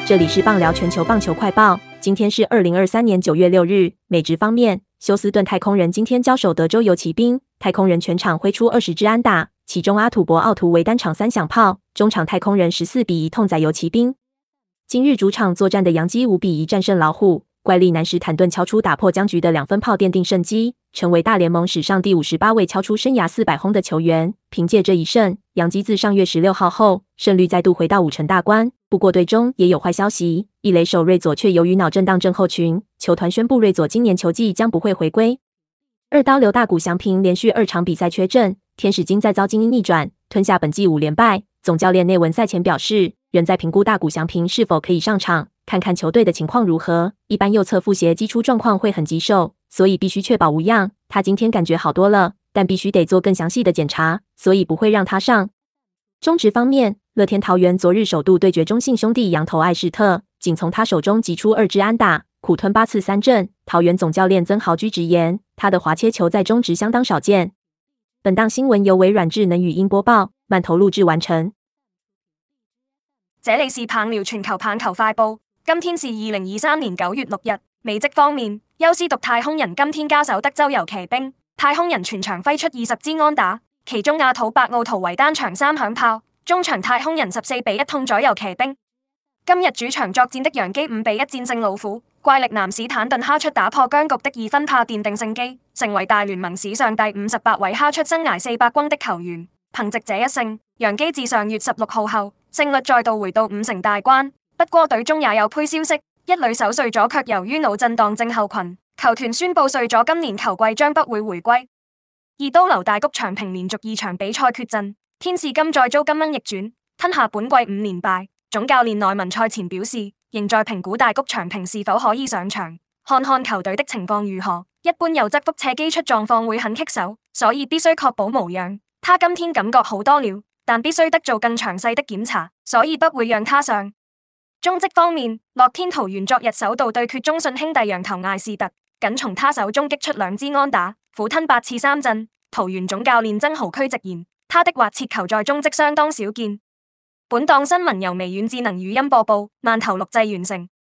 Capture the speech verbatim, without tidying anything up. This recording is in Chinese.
这里是棒聊全球棒球快报，今天是二零二三年九月六日。美职方面，休斯顿太空人今天交手德州游骑兵，太空人全场挥出二十支安打，其中阿土伯奥图为单场三响炮，中场太空人十四比一痛宰游骑兵。今日主场作战的洋基五比一战胜老虎，怪力男史坦顿敲出打破僵局的两分炮，奠定胜机，成为大联盟史上第五十八位敲出生涯四百轰的球员。凭借这一胜，洋基自上月十六号后，胜率再度回到五成大关。不过队中也有坏消息，一垒手瑞佐却由于脑震荡症候群，球团宣布瑞佐今年球季将不会回归。二刀流大谷翔平连续二场比赛缺阵，天使今再遭精英逆转，吞下本季五连败。总教练内文赛前表示，仍在评估大谷翔平是否可以上场，看看球队的情况如何。一般右侧腹斜肌出状况会很棘手，所以必须确保无恙。他今天感觉好多了，但必须得做更详细的检查，所以不会让他上。中职方面，乐天桃园昨日首度对决中信兄弟洋投艾士特，仅从他手中击出二支安打，苦吞八次三振。桃园总教练曾豪居直言，他的滑切球在中职相当少见。本档新闻由微软智能语音播報，慢投錄製完成。 這裡是棒聊全球棒球快報，今天是二零二三年九月六日。美職方面，休斯頓太空人今天交手德州遊騎兵，太空人全場揮出二十支安打，其中亞土伯奧圖為單場三響炮，中場太空人十四比一痛宰遊騎兵。今日主場作戰的洋基五比一戰勝老虎，怪力男史坦頓敲出打破僵局的二分炮，奠定勝機，成為大聯盟史上第五十八位敲出生涯四百轟的球員。憑藉這一勝，洋基自上月十六號後勝率再度回到五成大關。不過隊中也有呸消息，一壘手瑞佐卻由於腦震盪症候群，球團宣布瑞佐今年球季將不會回歸。二刀流大谷翔平連續二場比賽缺陣，天使今再遭金鶯逆轉，吞下本季五連敗。總教練內文賽前表示，仍在評估大谷翔平是否可以上場，看看球隊的情況如何。一般右側腹斜肌出狀況會很棘手，所以必須確保無恙。他今天感覺好多了，但必須得做更詳細的檢查，所以不會讓他上。中職方面，樂天桃猿昨日首度對決中信兄弟洋投艾士特，僅從他手中擊出兩支安打，苦吞八次三振。桃猿總教練曾豪區直言，他的滑切球在中職相當少見。本檔新聞由微軟智能語音播報，慢投錄製完成。